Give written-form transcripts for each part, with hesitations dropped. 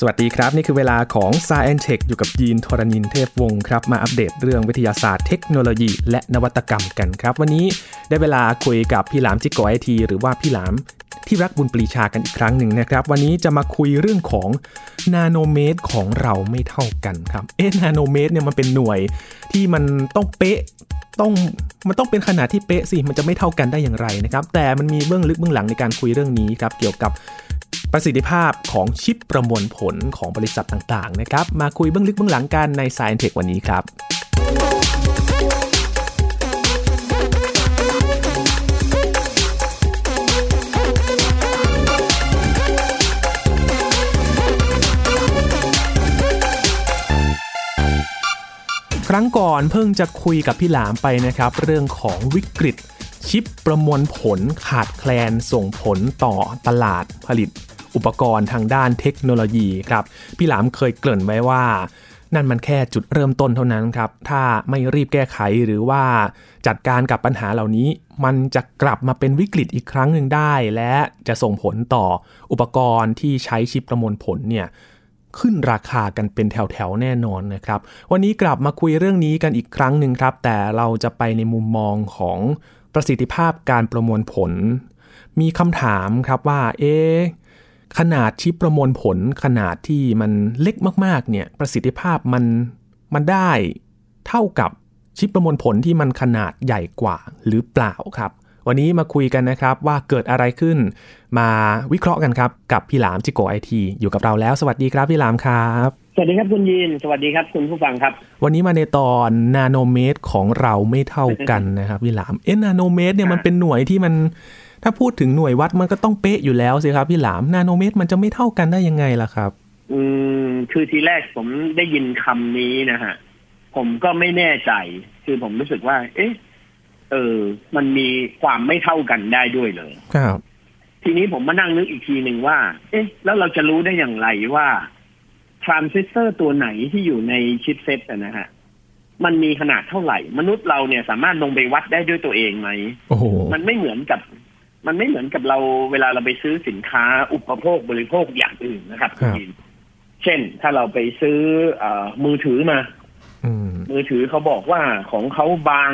สวัสดีครับนี่คือเวลาของ Science Tech อยู่กับยีนทรณินเทพวงศ์ครับมาอัปเดตเรื่องวิทยาศาสตร์เทคโนโลยีและนวัตกรรมกันครับวันนี้ได้เวลาคุยกับพี่หลามจิโก IT หรือว่าพี่หลามที่รักบุญปรีชากันอีกครั้งหนึ่งนะครับวันนี้จะมาคุยเรื่องของนาโนเมตรของเราไม่เท่ากันครับนาโนเมตรเนี่ยมันเป็นหน่วยที่มันต้องเป๊ะมันต้องเป็นขนาดที่เป๊ะสิมันจะไม่เท่ากันได้อย่างไรนะครับแต่มันมีเบื้องลึกเบื้องหลังในการคุยเรื่องนี้ครับเกี่ยวกับประสิทธิภาพของชิปประมวลผลของบริษัทต่างๆนะครับมาคุยเบื้องลึกเบื้องหลังกันใน Science Tech วันนี้ครับครั้งก่อนเพิ่งจะคุยกับพี่หลามไปนะครับเรื่องของวิกฤตชิปประมวลผลขาดแคลนส่งผลต่อตลาดผลิตอุปกรณ์ทางด้านเทคโนโลยีครับพี่หลามเคยเกริ่นไว้ว่านั่นมันแค่จุดเริ่มต้นเท่านั้นครับถ้าไม่รีบแก้ไขหรือว่าจัดการกับปัญหาเหล่านี้มันจะกลับมาเป็นวิกฤตอีกครั้งหนึ่งได้และจะส่งผลต่ออุปกรณ์ที่ใช้ชิปประมวลผลเนี่ยขึ้นราคากันเป็นแถวๆแน่นอนนะครับวันนี้กลับมาคุยเรื่องนี้กันอีกครั้งหนึ่งครับแต่เราจะไปในมุมมองของประสิทธิภาพการประมวลผลมีคำถามครับว่าขนาดชิปประมวลผลขนาดที่มันเล็กมากๆเนี่ยประสิทธิภาพมันได้เท่ากับชิปประมวลผลที่มันขนาดใหญ่กว่าหรือเปล่าครับวันนี้มาคุยกันนะครับว่าเกิดอะไรขึ้นมาวิเคราะห์กันครับกับพี่หลามจิโก IT อยู่กับเราแล้วสวัสดีครับพี่หลามครับสวัสดีครับคุณยีนสวัสดีครับคุณผู้ฟังครับวันนี้มาในตอนนาโนเมตรของเราไม่เท่ากันนะครับพี่หลามนาโนเมตรเนี่ยมันเป็นหน่วยที่มันถ้าพูดถึงหน่วยวัดมันก็ต้องเป๊ะอยู่แล้วสิครับพี่หลามนาโนเมตรมันจะไม่เท่ากันได้ยังไงล่ะครับคือทีแรกผมได้ยินคำนี้นะฮะผมก็ไม่แน่ใจคือผมรู้สึกว่ามันมีความไม่เท่ากันได้ด้วยเลยครับทีนี้ผมมานั่งนึกอีกทีหนึ่งว่าแล้วเราจะรู้ได้อย่างไรว่าทรานซิสเตอร์ตัวไหนที่อยู่ในชิปเซ็ตนะฮะมันมีขนาดเท่าไหร่มนุษย์เราเนี่ยสามารถลงไปวัดได้ด้วยตัวเองไหม มันไม่เหมือนกับเราเวลาเราไปซื้อสินค้าอุปโภคบริโภคอย่างอื่นนะครับเช่นถ้าเราไปซื้อมือถือมามือถือเขาบอกว่าของเขาบาง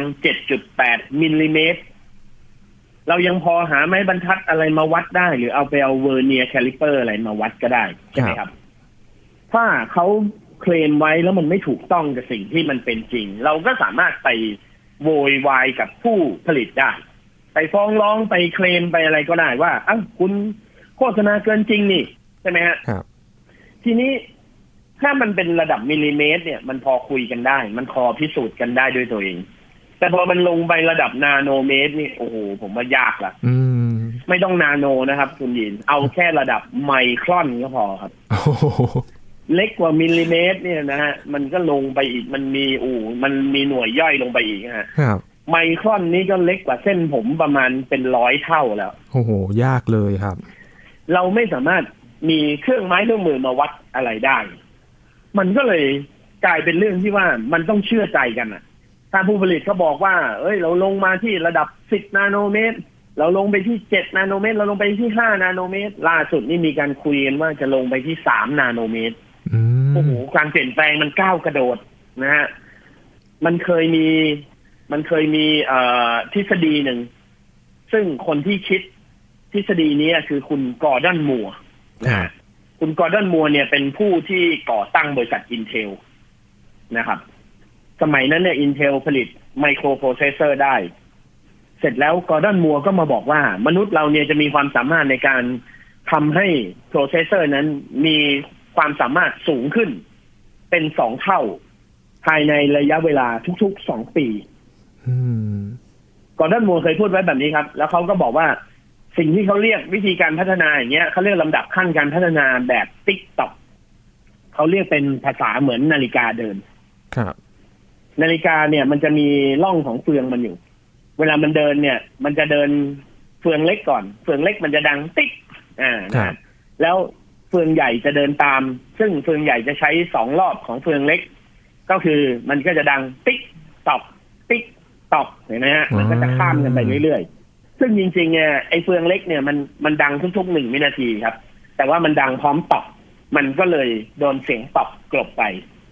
7.8 มิลลิเมตรเรายังพอหาไม้บรรทัดอะไรมาวัดได้หรือเอาไปเอาเวอร์เนียร์แคลิเปอร์อะไรมาวัดก็ได้ใช่ไหมครับถ้าเขาเคลมไว้แล้วมันไม่ถูกต้องกับสิ่งที่มันเป็นจริงเราก็สามารถไปโวยวายกับผู้ผลิตได้ไปฟ้องร้องไปเคลมไปอะไรก็ได้ว่าคุณโฆษณาเกินจริงนี่ใช่ไหมฮะทีนี้ถ้ามันเป็นระดับมิลลิเมตรเนี่ยมันพอคุยกันได้มันพอพิสูจน์กันได้ด้วยตัวเองแต่พอมันลงไประดับนาโนเมตรนี่โอ้โหผมว่ายากละไม่ต้องนาโนนะครับคุณยินเอาแค่ระดับไมครอนก็พอครับเล็กกว่ามิลลิเมตรเนี่ยนะฮะมันก็ลงไปอีกมันมีหน่วยย่อยลงไปอีกฮะไมครอนนี้ก็เล็กกว่าเส้นผมประมาณเป็น100 เท่าแล้วโอ้โหยากเลยครับเราไม่สามารถมีเครื่องไม้เครื่องมือมาวัดอะไรได้มันก็เลยกลายเป็นเรื่องที่ว่ามันต้องเชื่อใจกันอ่ะถ้าผู้ผลิตเขาบอกว่าเราลงมาที่ระดับ10นาโนเมตรเราลงไปที่7นาโนเมตรเราลงไปที่5นาโนเมตรล่าสุดนี่มีการคุยกันว่าจะลงไปที่3นาโนเมตรโอ้โหการเปลี่ยนแปลงมันก้าวกระโดดนะฮะมันเคยมีทฤษฎีหนึ่งซึ่งคนที่คิดทฤษฎีนี้คือคุณกอร์ดอนมัวร์นะคุณกอร์ดอนมัวร์เนี่ยเป็นผู้ที่ก่อตั้งบริษัท Intel นะครับสมัยนั้นเนี่ย Intel ผลิตไมโครโปรเซสเซอร์ได้เสร็จแล้วกอร์ดอนมัวร์ก็มาบอกว่ามนุษย์เราเนี่ยจะมีความสามารถในการทำให้โปรเซสเซอร์นั้นมีความสามารถสูงขึ้นเป็น2 เท่าภายในระยะเวลาทุกๆ2 ปีกอร์ดอนมัวร์เคยพูดไว้แบบนี้ครับแล้วเขาก็บอกว่าสิ่งที่เขาเรียกวิธีการพัฒนาอย่างเงี้ยเขาเรียกลำดับขั้นการพัฒนาแบบติ๊กต็อกเขาเรียกเป็นภาษาเหมือนนาฬิกาเดินครับนาฬิกาเนี่ยมันจะมีร่องของเฟืองมันอยู่เวลามันเดินเนี่ยมันจะเดินเฟืองเล็กก่อนเฟืองเล็กมันจะดังติ๊กแล้วเฟืองใหญ่จะเดินตามซึ่งเฟืองใหญ่จะใช้2 รอบของเฟืองเล็กก็คือมันก็จะดังติ๊กตอกติ๊กตอกเห็นไหมฮะมันก็จะข้ามกันไปเรื่อยๆซึ่งจริงๆเนี่ยไอ้เฟืองเล็กเนี่ยมันดังทุกๆ1 วินาทีครับแต่ว่ามันดังพร้อมตอกมันก็เลยโดนเสียงตอบกลบไป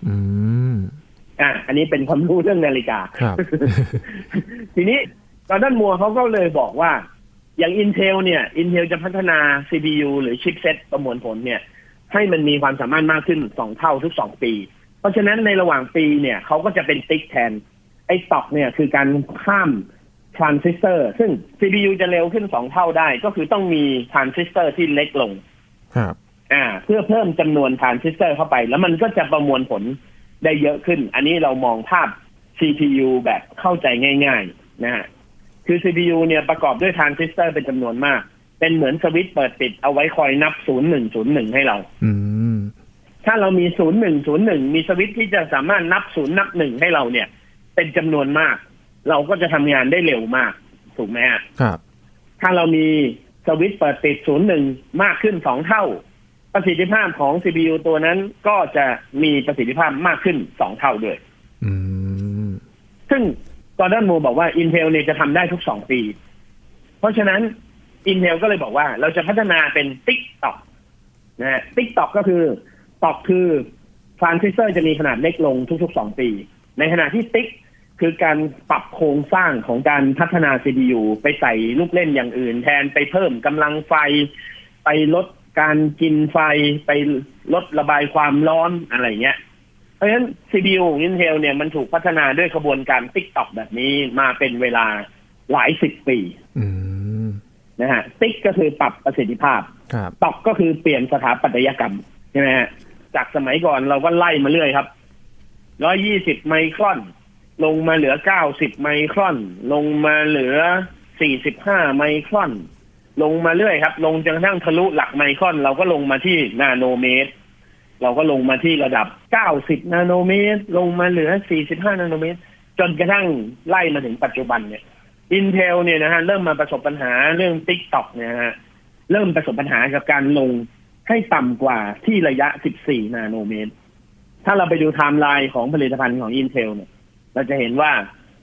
อันนี้เป็นความรู้เรื่องนาฬิกา ทีนี้กอร์ดอนมัวร์เขาก็เลยบอกว่าอย่าง Intel เนี่ย Intel จะพัฒนา CPU หรือชิปเซ็ตประมวลผลเนี่ยให้มันมีความสามารถมากขึ้น2 เท่าทุก2 ปีเพราะฉะนั้นในระหว่างปีเนี่ยเขาก็จะเป็นติ๊กแทนไอ้ต็อกเนี่ยคือการข้ามทรานซิสเตอร์ซึ่ง CPU จะเร็วขึ้น2 เท่าได้ก็คือต้องมีทรานซิสเตอร์ที่เล็กลงครับเพื่อเพิ่มจำนวนทรานซิสเตอร์เข้าไปแล้วมันก็จะประมวลผลได้เยอะขึ้นอันนี้เรามองภาพ CPU แบบเข้าใจง่ายๆนะฮะคือ CPU เนี่ยประกอบด้วยทรานซิสเตอร์เป็นจำนวนมากเป็นเหมือนสวิตช์เปิดปิดเอาไว้คอยนับ0101ให้เราถ้าเรามี0101มีสวิตช์ที่จะสามารถนับ0นับ1ให้เราเนี่ยเป็นจำนวนมากเราก็จะทำงานได้เร็วมากถูกไหมครับถ้าเรามีสวิตช์เปิดปิด01มากขึ้น2 เท่าประสิทธิภาพของ CPU ตัวนั้นก็จะมีประสิทธิภาพมากขึ้น2 เท่าด้วยซึ่งกอร์ดอนมัวร์บอกว่า Intel เนี่ยจะทำได้ทุก2 ปีเพราะฉะนั้น Intel ก็เลยบอกว่าเราจะพัฒนาเป็น TickTock นะฮะ TickTock ก็คือ ToC คือทรานซิสเตอร์จะมีขนาดเล็กลงทุกๆ2 ปีในขณะที่ Tick คือการปรับโครงสร้างของการพัฒนา CPU ไปใส่ลูกเล่นอย่างอื่นแทนไปเพิ่มกำลังไฟไปลดการกินไฟไปลดระบายความร้อนอะไรเงี้ยเพราะฉะนั้น CPU ของ Intel เนี่ยมันถูกพัฒนาด้วยกระบวนการ TickTock แบบนี้มาเป็นเวลาหลาย10 ปีนะฮะ Tick ก็คือปรับประสิทธิภาพ ToC ก็คือเปลี่ยนสถาปัตยกรรมใช่ไหมฮะจากสมัยก่อนเราก็ไล่มาเรื่อยครับ120 ไมครอนลงมาเหลือ90 ไมครอนลงมาเหลือ45 ไมครอนลงมาเรื่อยครับลงจนกระทั่งทะลุหลักไมครอนเราก็ลงมาที่นาโนเมตรเราก็ลงมาที่ระดับ90 นาโนเมตรลงมาเหลือ45 นาโนเมตรจนกระทั่งไล่มาถึงปัจจุบันเนี่ย Intel เนี่ยนะฮะเริ่มมาประสบปัญหาเรื่อง TickTock เนี่ยฮะเริ่มประสบปัญหากับการลงให้ต่ำกว่าที่ระยะ14 นาโนเมตรถ้าเราไปดูไทม์ไลน์ของผลิตภัณฑ์ของ Intel เนี่ยเราจะเห็นว่า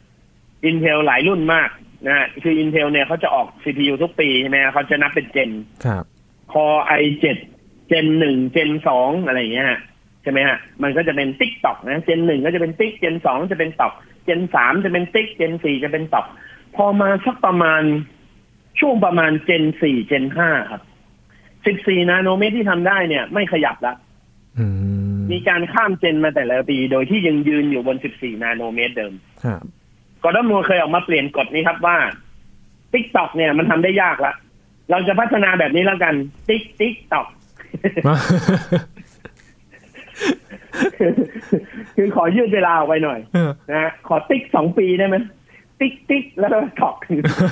Intel หลายรุ่นมากนะฮะคือ Intel เนี่ยเขาจะออก CPU ทุกปีใช่ไหมเขาจะนับเป็นเจนครับ Core i7 เจน1เจน2อะไรอย่างเงี้ยใช่ไหมฮะมันก็จะเป็น TickTock นะเจน1ก็จะเป็น Tick เจน2จะเป็น Tock เจน3จะเป็น Tick เจน4จะเป็น Tock พอมาสักประมาณช่วงประมาณเจน4เจน5ครับ14 นาโนเมตรที่ทำได้เนี่ยไม่ขยับละมีการข้ามเจนมาแต่ละปีโดยที่ยังยืนอยู่บน14 นาโนเมตรเดิมกอร์ดอนมัวร์เคยออกมาเปลี่ยนกฎนี้ครับว่า TickTock เนี่ยมันทำได้ยากละเราจะพัฒนาแบบนี้แล้วกัน TickTock คือขอยืดเวลาออกไปหน่อยนะขอติ๊ก2 ปีได้ไหมติ๊กแล้วก็ท็อก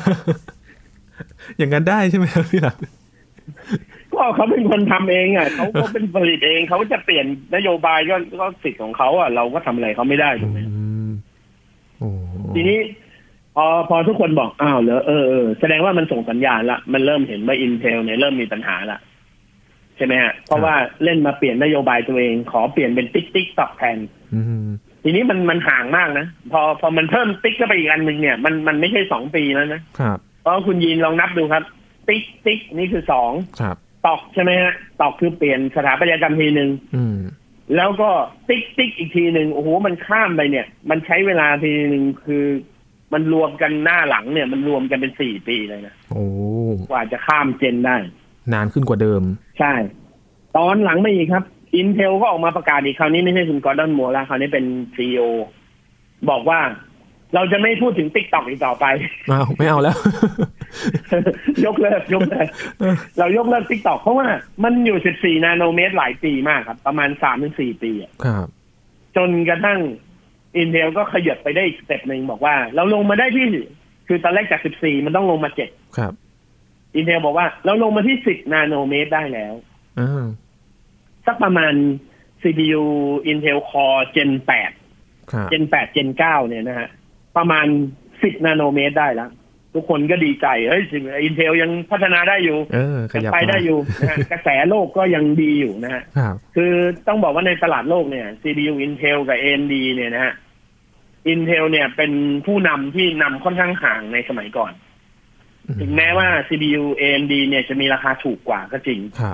อย่างนั้นได้ใช่ไหมครับพี่หลักก็เขาเป็นคนทำเองอ่ะเขาเป็นผลิตเองเขาจะเปลี่ยนนโยบายก็สิทธิ์ของเขาอ่ะเราก็ทำอะไรเขาไม่ได้ถูกไหมทีนี้พอทุกคนบอกอ้าวเหรอแสดงว่ามันส่งสัญญาณละมันเริ่มเห็นว่า Intel เนี่ยเริ่มมีปัญหาละใช่ไหมฮะเพราะว่าเล่นมาเปลี่ยนนโยบายตัวเองขอเปลี่ยนเป็นติ๊กตอกแทนทีนี้มันห่างมากนะพอมันเพิ่มติ๊กเข้าไปอีกอันหนึ่งเนี่ยมันไม่ใช่2 ปีแล้วนะครับเพราะคุณยีนลองนับดูครับติ๊กนี่คือ2 ครับตอกใช่ไหมฮะตอกคือเปลี่ยนสถาปัตยกรรมทีนึงแล้วก็ติ๊กอีกทีนึงโอ้โหมันข้ามไปเนี่ยมันใช้เวลาทีนึงคือมันรวมกันหน้าหลังเนี่ยมันรวมกันเป็น4 ปีเลยนะโอ้กว่าจะข้ามเจนได้นานขึ้นกว่าเดิมใช่ตอนหลังไม่อีกครับ Intel ก็ออกมาประกาศอีกคราวนี้ไม่ใช่คุณกอร์ดอนมัวร์แล้วคราวนี้เป็น CEO บอกว่าเราจะไม่พูดถึง TikTok อีกต่อไปไม่เอาแล้วยกเลิกเรายกเลิก TikTok เพราะว่ามันอยู่14 นาโนเมตรหลายปีมากครับประมาณ 3-4 ปีครับจนกระทั่ง Intel ก็ขยับไปได้อีกสเต็ปนึงบอกว่าเราลงมาได้ที่คือตอนแรกจาก14มันต้องลงมา7 ครับ Intel บอกว่าเราลงมาที่10 นาโนเมตรได้แล้วสักประมาณ CPU Intel Core Gen 8 Gen 8 Gen 9เนี่ยนะฮะประมาณ10 นาโนเมตรได้แล้วทุกคนก็ดีใจเฮ้ยIntel ยังพัฒนาได้อยู่ไปได้อยู่นะฮะกระแสโลกก็ยังดีอยู่นะฮะคือต้องบอกว่าในตลาดโลกเนี่ย CPU Intel กับ AMD เนี่ยนะฮะ Intel เนี่ยเป็นผู้นำที่นำค่อนข้างห่างในสมัยก่อนถึงแม้ว่า CPU AMD เนี่ยจะมีราคาถูกกว่าก็จริง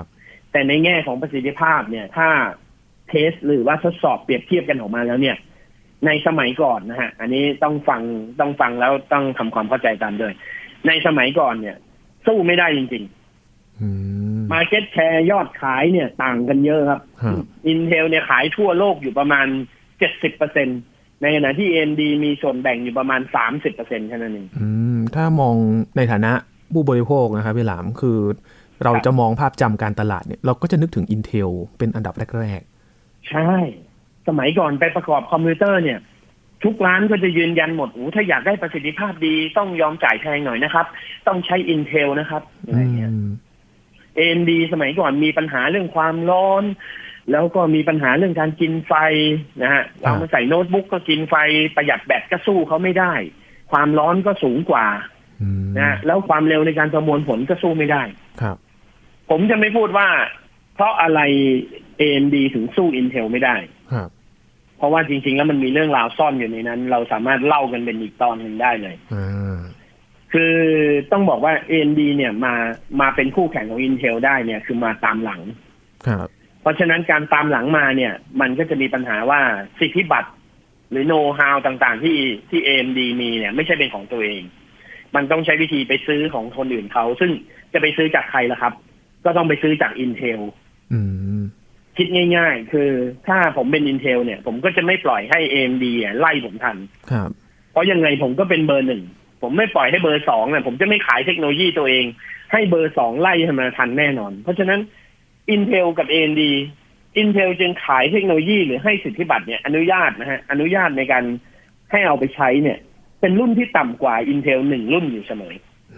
แต่ในแง่ของประสิทธิภาพเนี่ยถ้าเทสหรือว่าทดสอบเปรียบเทียบกันออกมาแล้วเนี่ยในสมัยก่อนนะฮะอันนี้ต้องฟังแล้วต้องทำความเข้าใจตามด้วยในสมัยก่อนเนี่ยสู้ไม่ได้จริงๆmarket share ยอดขายเนี่ยต่างกันเยอะครับ Intel เนี่ยขายทั่วโลกอยู่ประมาณ 70%ในขณะที่ AMD มีส่วนแบ่งอยู่ประมาณ 30% แค่นั้นเองถ้ามองในฐานะผู้บริโภคนะครับพี่หลามคือเราจะมองภาพจำการตลาดเนี่ยเราก็จะนึกถึง Intel เป็นอันดับแรกๆใช่สมัยก่อนไปประกอบคอมพิวเตอร์เนี่ยทุกร้านก็จะยืนยันหมดถ้าอยากได้ประสิทธิภาพดีต้องยอมจ่ายแพงหน่อยนะครับต้องใช้ Intel นะครับอะไรเงี้ย AMD สมัยก่อนมีปัญหาเรื่องความร้อนแล้วก็มีปัญหาเรื่องการกินไฟนะฮะเรามาใส่โน้ตบุ๊กก็กินไฟประหยัดแบตก็สู้เขาไม่ได้ความร้อนก็สูงกว่านะแล้วความเร็วในการประมวลผลก็สู้ไม่ได้ครับผมจะไม่พูดว่าเพราะอะไร AMD ถึงสู้ Intel ไม่ได้ครับเพราะว่าจริงๆแล้วมันมีเรื่องราวซ่อนอยู่ในนั้นเราสามารถเล่ากันเป็นอีกตอนหนึ่งได้เลยคือต้องบอกว่า AMD เนี่ยมาเป็นคู่แข่งของ Intel ได้เนี่ยคือมาตามหลังครับเพราะฉะนั้นการตามหลังมาเนี่ยมันก็จะมีปัญหาว่าสิทธิบัตรหรือโน้ตฮาวต่างๆที่ AMD มีเนี่ยไม่ใช่เป็นของตัวเองมันต้องใช้วิธีไปซื้อของคนอื่นเขาซึ่งจะไปซื้อจากใครล่ะครับก็ต้องไปซื้อจาก Intel คิดง่ายๆคือถ้าผมเป็น Intel เนี่ยผมก็จะไม่ปล่อยให้ AMD ไล่ผมทันครับเพราะยังไงผมก็เป็นเบอร์หนึ่งผมไม่ปล่อยให้เบอร์สองเนี่ยผมจะไม่ขายเทคโนโลยีตัวเองให้เบอร์สองไล่มาทันแน่นอนเพราะฉะนั้น Intel กับ AMD Intel จึงขายเทคโนโลยีหรือให้สิทธิบัตรเนี่ยอนุญาตในการให้เอาไปใช้เนี่ยเป็นรุ่นที่ต่ำกว่า Intel 1 รุ่นอยู่เสมอ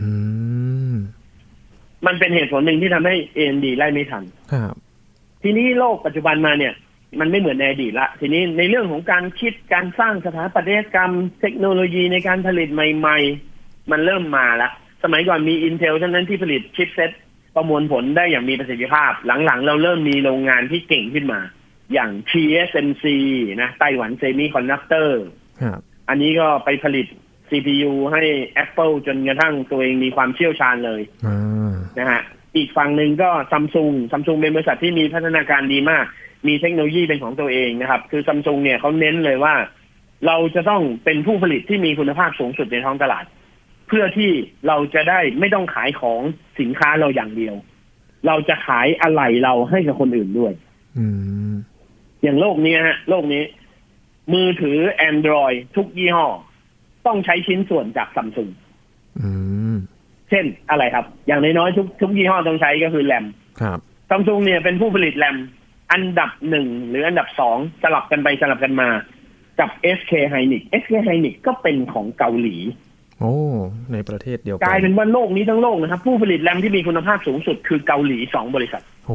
มันเป็นเหตุผลหนึ่งที่ทำให้ AMD ไล่ไม่ทันครับทีนี้โลกปัจจุบันมาเนี่ยมันไม่เหมือนในอดีตละทีนี้ในเรื่องของการคิดการสร้างสถาปัตยกรรมเทคโนโลยีในการผลิตใหม่ๆมันเริ่มมาละสมัยก่อนมี Intel เท่านั้นที่ผลิตชิปเซ็ตประมวลผลได้อย่างมีประสิทธิภาพหลังๆเราเริ่มมีโรงงานที่เก่งขึ้นมาอย่าง TSMC นะไต้หวันเซมิคอนดักเตอร์อันนี้ก็ไปผลิต CPU ให้ Apple จนกระทั่งตัวเองมีความเชี่ยวชาญเลยนะฮะอีกฝั่งหนึ่งก็ Samsung เป็นบริษัทที่มีพัฒนาการดีมากมีเทคโนโลยีเป็นของตัวเองนะครับคือ Samsung เนี่ยเขาเน้นเลยว่าเราจะต้องเป็นผู้ผลิตที่มีคุณภาพสูงสุดในท้องตลาดเพื่อที่เราจะได้ไม่ต้องขายของสินค้าเราอย่างเดียวเราจะขายอะไหล่เราให้กับคนอื่นด้วยอย่างโลกนี้มือถือ Android ทุกยี่ห้อต้องใช้ชิ้นส่วนจาก Samsung เช่นอะไรครับอย่างน้อยๆทุกยี่ห้อต้องใช้ก็คือแรมครับ Samsung เนี่ยเป็นผู้ผลิตแรมอันดับ1หรืออันดับ2สลับกันไปสลับกันมากับ SK Hynix SK Hynix ก็เป็นของเกาหลีโอ้ในประเทศเดียวกันกลายเป็นว่าโลกนี้ทั้งโลกนะครับผู้ผลิตแรมที่มีคุณภาพสูงสุดคือเกาหลี2บริษัทโอ้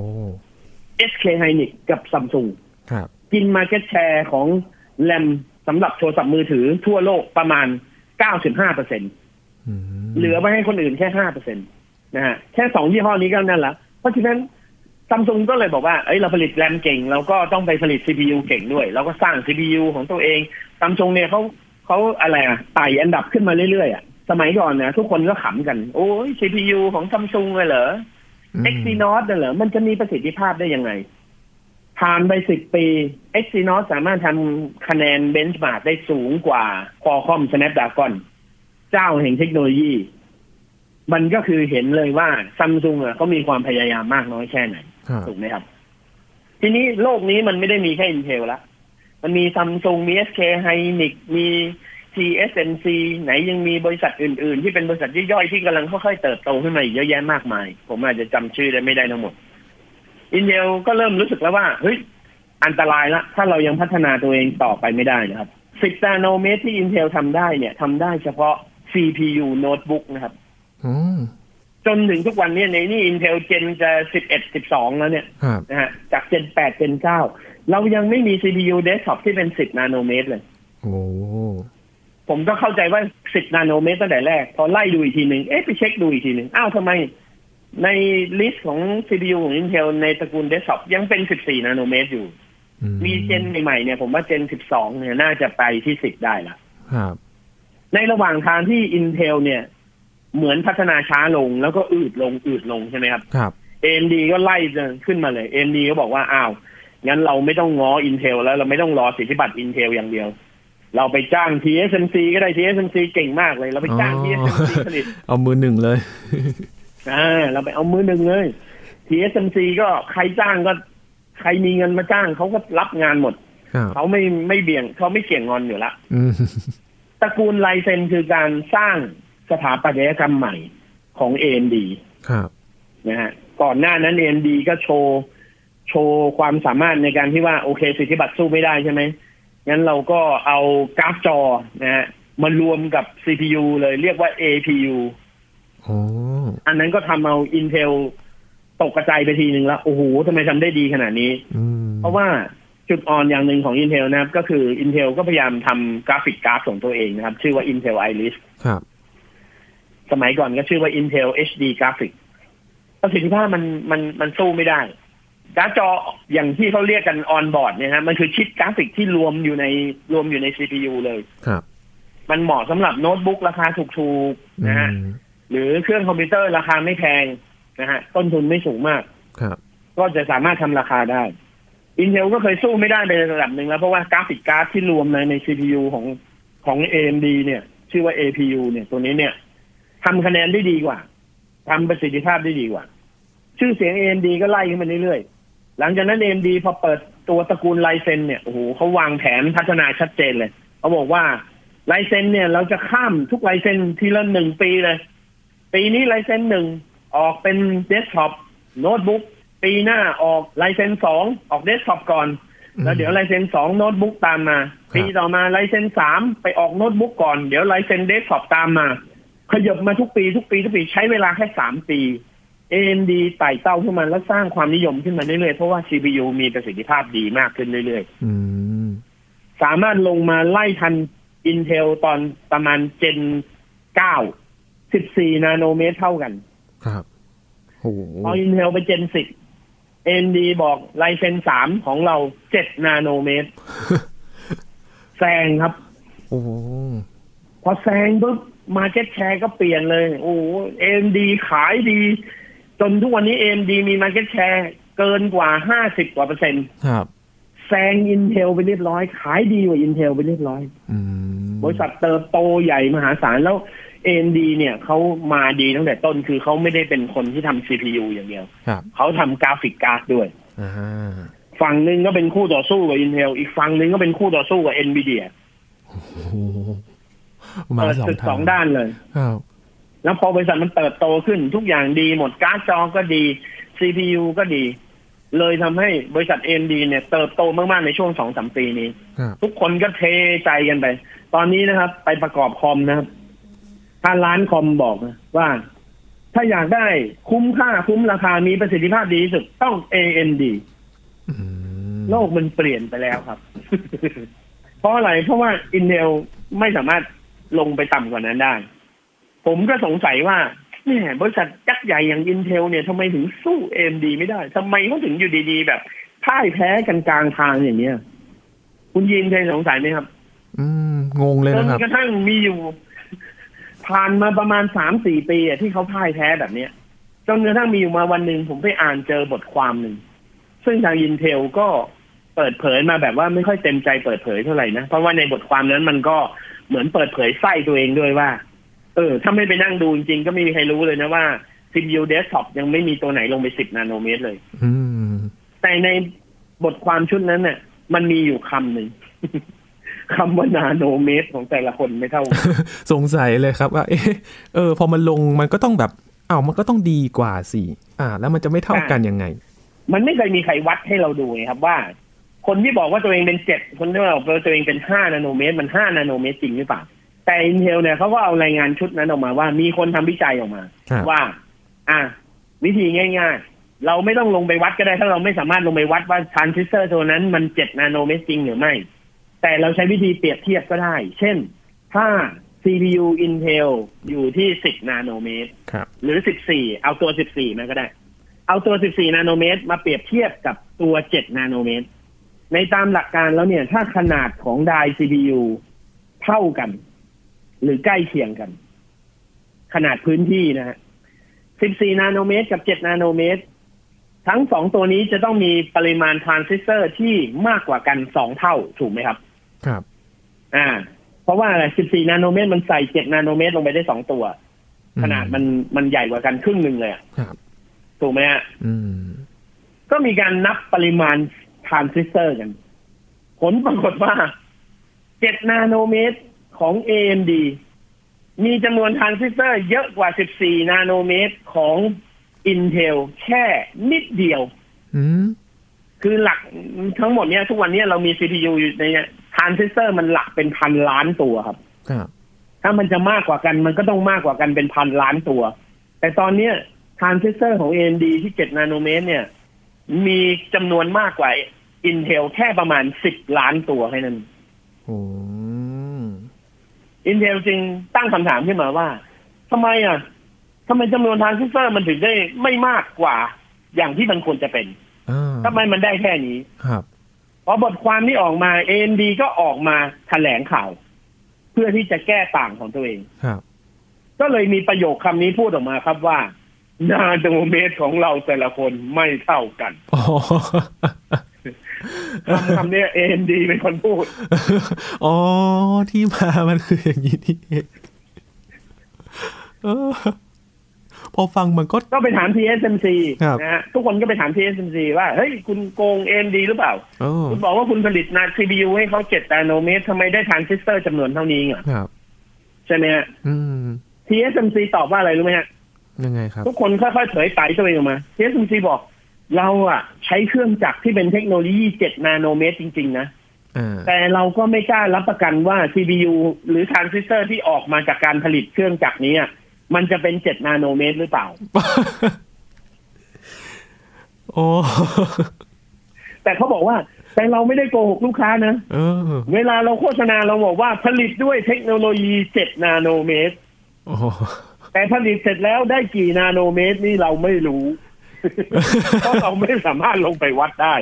SK Hynix กับ Samsung ครับกิน market share ของแรมสำหรับโทรศัพท์มือถือทั่วโลกประมาณ 95% เหลือไว้ให้คนอื่นแค่ 5% นะฮะแค่2ยี่ห้อนี้ก็นั่นละเพราะฉะนั้น Samsung ก็เลยบอกว่าเราผลิตแรมเก่งเราก็ต้องไปผลิต CPU เก่งด้วยเราก็สร้าง CPU ของตัวเอง Samsung เนี่ยเขาอะไรไต่อันดับขึ้นมาเรื่อยๆสมัยก่อนนะทุกคนก็ขำกันโอ้ย CPU ของ Samsung เลยเหรอ Exynos เหรอมันจะมีประสิทธิภาพได้ยังไงผ่านไป10 ปี Exynos สามารถทำคะแนนเบนช์มาร์กได้สูงกว่า Qualcomm Snapdragon เจ้าแห่งเทคโนโลยีมันก็คือเห็นเลยว่า Samsung เขามีความพยายามมากน้อยแค่ไหนถูกไหมครับทีนี้โลกนี้มันไม่ได้มีแค่ Intel ละมันมี Samsung มี SK Hynix มี TSMC ไหนยังมีบริษัทอื่นๆที่เป็นบริษัทย่อยๆที่กำลังค่อยๆเติบโตขึ้นมาอีกเยอะแยะมากมายผมอาจจะจำชื่อได้ไม่ได้ทั้งหมด Intel ก็เริ่มรู้สึกแล้วว่าเฮ้ยอันตรายละถ้าเรายังพัฒนาตัวเองต่อไปไม่ได้นะครับ10 นาโนเมตรที่ Intel ทำได้เนี่ยทำได้เฉพาะ CPU โน้ตบุ๊กนะครับจนถึงทุกวันนี้ในนี่ Intel Gen จะ11 12แล้วเนี่ยนะฮะจาก Gen 8 Gen 9เรายังไม่มี CPU desktop ที่เป็น10 นาโนเมตรเลยโอ้ผมก็เข้าใจว่า10 นาโนเมตรตั้งแต่แรกพอไล่ดูอีกทีนึงไปเช็คดูอีกทีนึงทำไมในลิสต์ของ CPU ของ Intel ในตระกูล desktop ยังเป็น14 นาโนเมตรอยู่มีเจนใหม่ๆเนี่ยผมว่า Gen 12เนี่ยน่าจะไปที่10ได้ละครับในระหว่างทางที่ Intel เนี่ยเหมือนพัฒนาช้าลงแล้วก็อืดลงใช่ไหมครับ AMD ก็ไล่ขึ้นมาเลย AMD ก็บอกว่าอ้าวงั้นเราไม่ต้องง้อ Intel แล้วเราไม่ต้องรอสิทธิบัตร Intel อย่างเดียวเราไปจ้าง TSMC ก็ได้ TSMC เก่งมากเลยเราไปจ้าง TSMC ผลิตเอามือหนึ่งเลยเราไปเอามือหนึ่งเลย TSMC ก็ใครจ้างก็ใครมีเงินมาจ้างเขาก็รับงานหมดเขาไม่เบี่ยงเขาไม่เกี่ยงงอนอยู่ละตระกูลไลเซนคือการสร้างสถาปัตยกรรมใหม่ของ AMD ครับนะฮะก่อนหน้านั้น AMD ก็โชว์ความสามารถในการที่ว่าโอเคสิทธิบัตรสู้ไม่ได้ใช่ไหมงั้นเราก็เอากราฟจอนะฮะมารวมกับ CPU เลยเรียกว่า APU อันนั้นก็ทำเอา Intel ตกกระจายไปทีนึงแล้วโอ้โหทำไมทำได้ดีขนาดนี้เพราะว่าจุดอ่อนอย่างหนึ่งของ Intel นะครับก็คือ Intel ก็พยายามทำกราฟิกการ์ดของตัวเองนะครับชื่อว่า Intel Iris ครับสมัยก่อนก็ชื่อว่า Intel HD Graphics ประสิทธิภาพมันสู้ไม่ได้การ์ดจออย่างที่เขาเรียกกันออนบอร์ดเนี่ยฮะมันคือชิปกราฟิกที่รวมอยู่ใน CPU เลยครับมันเหมาะสำหรับโน้ตบุ๊กราคาถูกๆนะฮะหรือเครื่องคอมพิวเตอร์ราคาไม่แพงนะฮะต้นทุนไม่สูงมากครับก็จะสามารถทำราคาได้ Intel ก็เคยสู้ไม่ได้ในระดับหนึ่งแล้วเพราะว่ากราฟิกการ์ดที่รวมใน CPU ของ AMD เนี่ยชื่อว่า APU เนี่ยตัวนี้เนี่ยทำคะแนนได้ดีกว่าทำประสิทธิภาพได้ดีกว่าชื่อเสียง AMD ก็ไล่ขึ้นมาเรื่อยๆหลังจากนั้น AMD พอเปิดตัวตระกูลไลเซนเนี่ยโอ้โหเขาวางแผนพัฒนาชัดเจนเลยเขาบอกว่าไลเซนเนี่ยเราจะข้ามทุกไลเซนทีละ1 ปีเลยปีนี้ไลเซน1ออกเป็นเดสก์ท็อปโน้ตบุ๊กปีหน้าออกไลเซน2ออกเดสก์ท็อปก่อนแล้วเดี๋ยวไลเซน2โน้ตบุ๊กตามมาปีต่อมาไลเซน3ไปออกโน้ตบุ๊กก่อนเดี๋ยวไลเซนเดสก์ท็อปตามมาขยับมาทุกปีใช้เวลาแค่3 ปี AMD ไต่เต้าขึ้นมาแล้วสร้างความนิยมขึ้นมาเรื่อยๆเพราะว่า CPU มีประสิทธิภาพดีมากขึ้นเรื่อยๆสามารถลงมาไล่ทัน Intel ตอนประมาณ Gen 9 14 นาโนเมตรเท่ากันครับโอ้โหพอ Intel ไป Gen 10 AMD บอกไลเซน3ของเรา7 นาโนเมตรแซงครับโอ้พอแซงปุ๊บmarket share ก็เปลี่ยนเลยโอ้ AMD ขายดีจนทุกวันนี้ AMD มี market share เกินกว่า50% ครับแซง Intel ไปเรียบร้อยขายดีกว่า Intel ไปเรียบร้อยบริษัทเติบโตใหญ่มหาศาลแล้ว AMD เนี่ยเขามาดีตั้งแต่ต้นคือเขาไม่ได้เป็นคนที่ทำ CPU อย่างเดียวเขาทำกราฟิกการ์ดด้วยฝั่งหนึ่งก็เป็นคู่ต่อสู้กับ Intel อีกฝั่งหนึ่งก็เป็นคู่ต่อสู้กับ Nvidia มาสองด้านเลยแล้วพอบริษัทมันเติบโตขึ้นทุกอย่างดีหมดการ์ดจอก็ดี CPU ก็ดีเลยทำให้บริษัท AMD เนี่ยเติบโตมากๆในช่วง 2-3 ปีนี้ทุกคนก็เทใจกันไปตอนนี้นะครับไปประกอบคอมนะครับถ้าร้านคอมบอกว่าถ้าอยากได้คุ้มค่าคุ้มราคามีประสิทธิภาพดีที่สุดต้อง AMD โลกมันเปลี่ยนไปแล้วครับ เพราะอะไรเพราะว่า Intel ไม่สามารถลงไปต่ำกว่านั้นได้ผมก็สงสัยว่าเนี่ยบริษัทยักษ์ใหญ่อย่าง Intel เนี่ยทำไมถึงสู้ AMD ไม่ได้ทำไมเขาถึงอยู่ดีๆแบบพ่ายแพ้กันกลางทางอย่างเนี้ยคุณยินเคยสงสัยไหมครับงงเลยนะครับจนกระทั่งมีอยู่ผ่านมาประมาณ 3-4 ปีที่เขาพ่ายแพ้แบบเนี้ยจนกระทั่งมีอยู่มาวันหนึ่งผมไปอ่านเจอบทความหนึ่งซึ่งทาง Intel ก็เปิดเผยมาแบบว่าไม่ค่อยเต็มใจเปิดเผยเท่าไหร่นะเพราะว่าในบทความนั้นมันก็เหมือนเปิดเผยไส้ตัวเองด้วยว่าถ้าไม่ไปนั่งดูจริงๆก็ไม่มีใครรู้เลยนะว่า CPU desktop ยังไม่มีตัวไหนลงไป10 นาโนเมตรเลยแต่ในบทความชุดนั้นเนี่ยมันมีอยู่คำหนึ่ง คำว่านาโนเมตรของแต่ละคนไม่เท่าสงสัยเลยครับว่าพอมันลงมันก็ต้องแบบมันก็ต้องดีกว่าสิแล้วมันจะไม่เท่ากันยังไงมันไม่เคยมีใครวัดให้เราดูไงครับว่าคนที่บอกว่าตัวเองเป็น7คนที่บอกว่าตัวเองเป็น5 นาโนเมตรมัน5 นาโนเมตรจริงหรือเปล่าแต่ Intel เนี่ยเขาก็เอารายงานชุดนั้นออกมาว่ามีคนทำวิจัยออกมาว่าวิธีง่ายๆเราไม่ต้องลงไปวัดก็ได้ถ้าเราไม่สามารถลงไปวัดว่าทรานซิสเตอร์ตัวนั้นมัน7 นาโนเมตรจริงหรือไม่แต่เราใช้วิธีเปรียบเทียบก็ได้เช่นถ้า CPU Intel อยู่ที่10 นาโนเมตรหรือ14เอาตัว14มาก็ได้เอาตัว14 นาโนเมตรมาเปรียบเทียบกับตัว7 นาโนเมตรในตามหลักการแล้วเนี่ยถ้าขนาดของไดร์ CPU เท่ากันหรือใกล้เคียงกันขนาดพื้นที่นะฮะ14 นาโนเมตรกับ7 นาโนเมตรทั้งสองตัวนี้จะต้องมีปริมาณทรานซิสเตอร์ที่มากกว่ากัน2เท่าถูกไหมครับครับเพราะว่า14นาโนเมตรมันใส่7นาโนเมตรลงไปได้2ตัวขนาดมันใหญ่กว่ากันครึ่งนึงเลยครับถูกไหมฮะก็มีการนับปริมาณทรานซิสเตอร์กันผลปรากฏว่า7นาโนเมตรของ AMD มีจำนวนทรานซิสเตอร์เยอะกว่า14นาโนเมตรของ Intel แค่นิดเดียวคือหลักทั้งหมดเนี้ยทุกวันนี้เรามี CPU อยู่ในทรานซิสเตอร์มันหลักเป็นพันล้านตัวครับถ้ามันจะมากกว่ากันมันก็ต้องมากกว่ากันเป็นพันล้านตัวแต่ตอนนี้ทรานซิสเตอร์ของ AMD ที่7นาโนเมตรเนี่ยมีจำนวนมากกว่า Intel แค่ประมาณ10ล้านตัวแค่นั้นIntel จึงตั้งคำถามขึ้นมาว่าทำไมจำนวนทรานซิสเตอร์มันถึงได้ไม่มากกว่าอย่างที่มันควรจะเป็นทำไมมันได้แค่นี้ครับพอบทความนี้ออกมา AMD ก็ออกมาแถลงข่าวเพื่อที่จะแก้ต่างของตัวเองครับก็เลยมีประโยคคำนี้พูดออกมาครับว่านาโนเมตรของเราแต่ละคนไม่เท่ากันคำนี้ AMD เป็นคนพูดที่มามันคืออย่างนี้นี่เองพอฟังมันก็ไปถาม TSMC นะฮะทุกคนก็ไปถาม TSMC ว่าเฮ้ยคุณโกง AMD หรือเปล่าคุณบอกว่าคุณผลิต CPU ให้เขา7นาโนเมตรทำไมได้ทรานซิสเตอร์จำนวนเท่านี้ครับใช่ไหมฮะTSMC ตอบว่าอะไรรู้ไหมฮะยังไงครับทุกคนค่อยๆเผยไตตัวเองออกมา TSMC บอกเราใช้เครื่องจักรที่เป็นเทคโนโลยี7นาโนเมตรจริงๆนะแต่เราก็ไม่กล้ารับประกันว่า CPU หรือทรานซิสเตอร์ที่ออกมาจากการผลิตเครื่องจักรนี้มันจะเป็น7นาโนเมตรหรือเปล่าแต่เขาบอกว่าแต่เราไม่ได้โกหกลูกค้านะเวลาเราโฆษณาเราบอกว่าผลิตด้วยเทคโนโลยี7นาโนเมตรแต่ผลิตเสร็จแล้วได้กี่นาโนเมตรนี่เราไม่รู้เพราะเราไม่สามารถลงไปวัดได้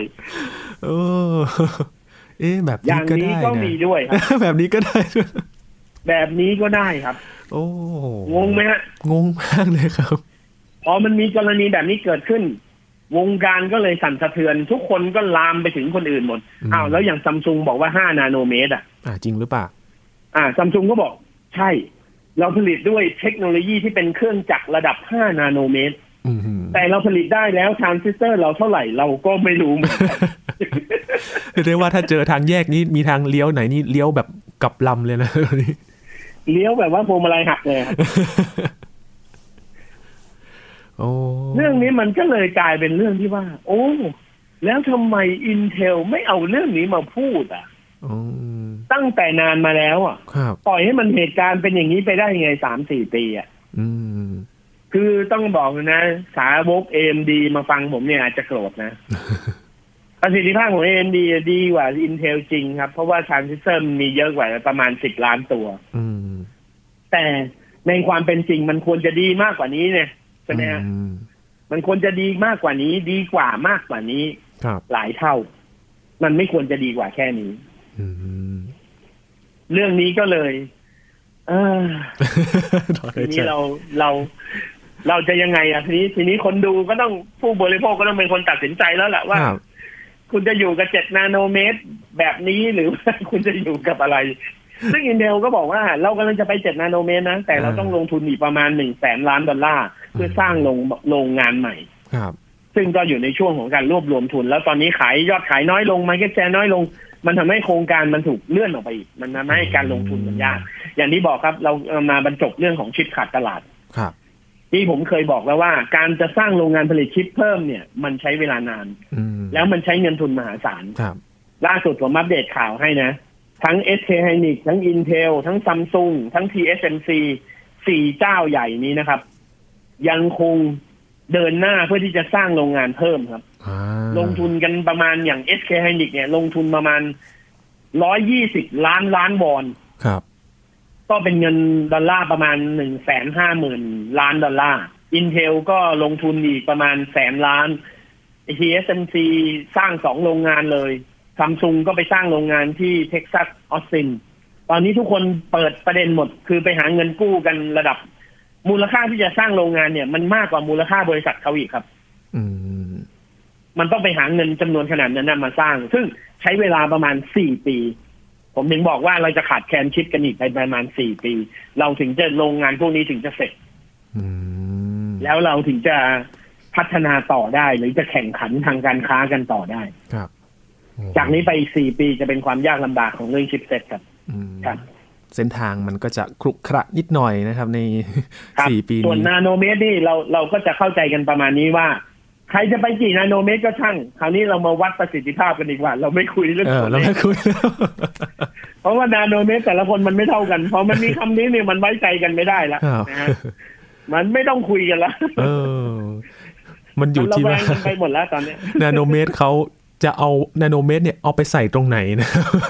แบบนี้ก็ได้ก็มีด้วยแบบนี้ก็ได้แบบนี้ก็ได้ครับงงไหมฮะงงมากเลยครับพอมันมีกรณีแบบนี้เกิดขึ้นวงการก็เลยสั่นสะเทือนทุกคนก็ลามไปถึงคนอื่นหมดแล้วอย่างซัมซุงบอกว่า5นาโนเมตรจริงหรือเปล่าซัมซุงก็บอกใช่เราผลิตด้วยเทคโนโลยีที่เป็นเครื่องจักรระดับ5นาโนเมตรแต่เราผลิตได้แล้วทรานซิสเตอร์เราเท่าไหร่เราก็ไม่รู้เหมือนกันเรียกว่าถ้าเจอทางแยกนี้มีทางเลี้ยวไหนนี่เลี้ยวแบบกลับลำเลยนะเลี้ยวแบบว่าพวงมาลัยหักเลยเรื่องนี้มันก็เลยกลายเป็นเรื่องที่ว่าแล้วทำไม Intel ไม่เอาเรื่องนี้มาพูดตั้งแต่นานมาแล้วปล่อยให้มันเหตุการณ์เป็นอย่างนี้ไปได้ยังไง 3-4 ปีคือต้องบอกนะสาวก AMD มาฟังผมเนี่ยอาจจะโกรธนะประสิทธิภาพของ AMD ดีกว่า Intel จริงครับเพราะว่าทรานซิสเตอร์มีเยอะกว่าประมาณ10ล้านตัวแต่ในความเป็นจริงมันควรจะดีมากกว่านี้เนี่ยใช่ไหมฮะมันควรจะดีมากกว่านี้ดีกว่ามากกว่านี้หลายเท่ามันไม่ควรจะดีกว่าแค่นี้เรื่องนี้ก็เลยทีนี้เราจะยังไงทีนี้คนดูก็ต้องผู้บริโภคก็ต้องเป็นคนตัดสินใจแล้วแหละว่าคุณจะอยู่กับ7นาโนเมตรแบบนี้หรือว่าคุณจะอยู่กับอะไรซึ่ง Intel ก็บอกว่าเรากำลังจะไป7นาโนเมตรนะแต่เราต้องลงทุนอีกประมาณ100,000 ล้านดอลลาร์เพื่อสร้างโรงงานใหม่ซึ่งก็อยู่ในช่วงของการรวบรวมทุนแล้วตอนนี้ยอดขายน้อยลงMarket Shareน้อยลงมันทำให้โครงการมันถูกเลื่อนออกไปอีกมันทำให้การลงทุนมันยากอย่างที่บอกครับเรามาบรรจบเรื่องของชิปขาดตลาดที่ผมเคยบอกแล้วว่าการจะสร้างโรงงานผลิตชิปเพิ่มเนี่ยมันใช้เวลานานแล้วมันใช้เงินทุนมหาศาลล่าสุดผมอัปเดตข่าวให้นะทั้ง SK Hynix ทั้ง Intel ทั้ง Samsung ทั้ง TSMC 4 เจ้าใหญ่นี้นะครับยังคงเดินหน้าเพื่อที่จะสร้างโรงงานเพิ่มครับลงทุนกันประมาณอย่าง SK Hynix เนี่ยลงทุนประมาณ120 ล้านวอนครับก็เป็นเงินดอลลาร์ประมาณ 150,000 ล้านดอลลาร์ Intel ก็ลงทุนอีกประมาณ100,000 ล้าน TSMC สร้าง2โรงงานเลยSamsung ก็ไปสร้างโรงงานที่เท็กซัสออสตินตอนนี้ทุกคนเปิดประเด็นหมดคือไปหาเงินกู้กันระดับมูลค่าที่จะสร้างโรงงานเนี่ยมันมากกว่ามูลค่าบริษัทเขาอีกครับมันต้องไปหาเงินจำนวนขนาดนั้นมาสร้างซึ่งใช้เวลาประมาณ4 ปีผมถึงบอกว่าเราจะขาดแคลนชิปกันอีกไปประมาณ4 ปีเราถึงจะโรงงานพวกนี้ถึงจะเสร็จแล้วเราถึงจะพัฒนาต่อได้หรือจะแข่งขันทางการค้ากันต่อได้ครับจากนี้ไป4 ปีจะเป็นความยากลำบากของเรื่องชิปเซ็ตครับเส้นทางมันก็จะครุขระนิดหน่อยนะครับใน4 ปีนี้ส่วนนาโนเมตรนี่เราก็จะเข้าใจกันประมาณนี้ว่าใครจะไปกี่นาโนเมตรก็ช่างคราวนี้เรามาวัดประสิทธิภาพกันดีกว่าเราไม่คุยเรื่องเราไม่คุยเพราะว่านาโนเมตรแต่ละคนมันไม่เท่ากันพอมันมีคำนี้เนี่ยมันไว้ใจกันไม่ได้แล้วนะฮะมันไม่ต้องคุยกันแล้วมันอยู่ที่ว่าไปหมดแล้วตอนนี้นาโนเมตรเขาจะเอานาโนเมตรเนี่ยเอาไปใส่ตรงไหนนะ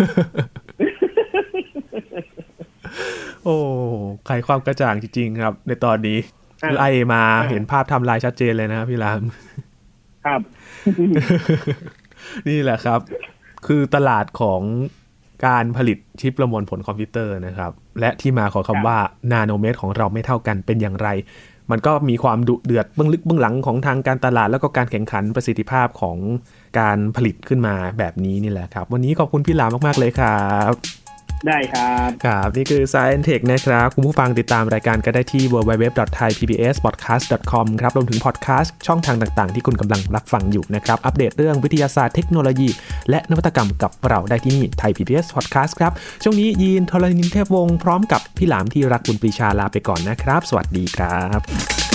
โอ้ไขความกระจ่างจริงๆครับในตอนนี้ไล่มาเห็นภาพทำลายชัดเจนเลยนะครับพี่รามครับนี่แหละครับคือตลาดของการผลิตชิปประมวลผลคอมพิวเตอร์นะครับและที่มาของคำว่านาโนเมตรของเราไม่เท่ากันเป็นอย่างไรมันก็มีความดุเดือดเบื้องลึกเบื้องหลังของทางการตลาดแล้วก็การแข่งขันประสิทธิภาพของการผลิตขึ้นมาแบบนี้นี่แหละครับวันนี้ขอบคุณพี่รามมากๆเลยครับได้ครับครับนี่คือ Science Tech นะครับคุณผู้ฟังติดตามรายการก็ได้ที่ www.thaipbspodcast.com ครับรวมถึงพอดแคสต์ช่องทางต่างๆที่คุณกำลังรับฟังอยู่นะครับอัปเดตเรื่องวิทยาศาสตร์เทคโนโลยีและนวัตกรรมกับเราได้ที่นี่ Thai PBS Podcast ครับช่วงนี้ยีนทรณินเทพวงศ์พร้อมกับพี่หลามที่รักบุญปรีชาลาไปก่อนนะครับสวัสดีครับ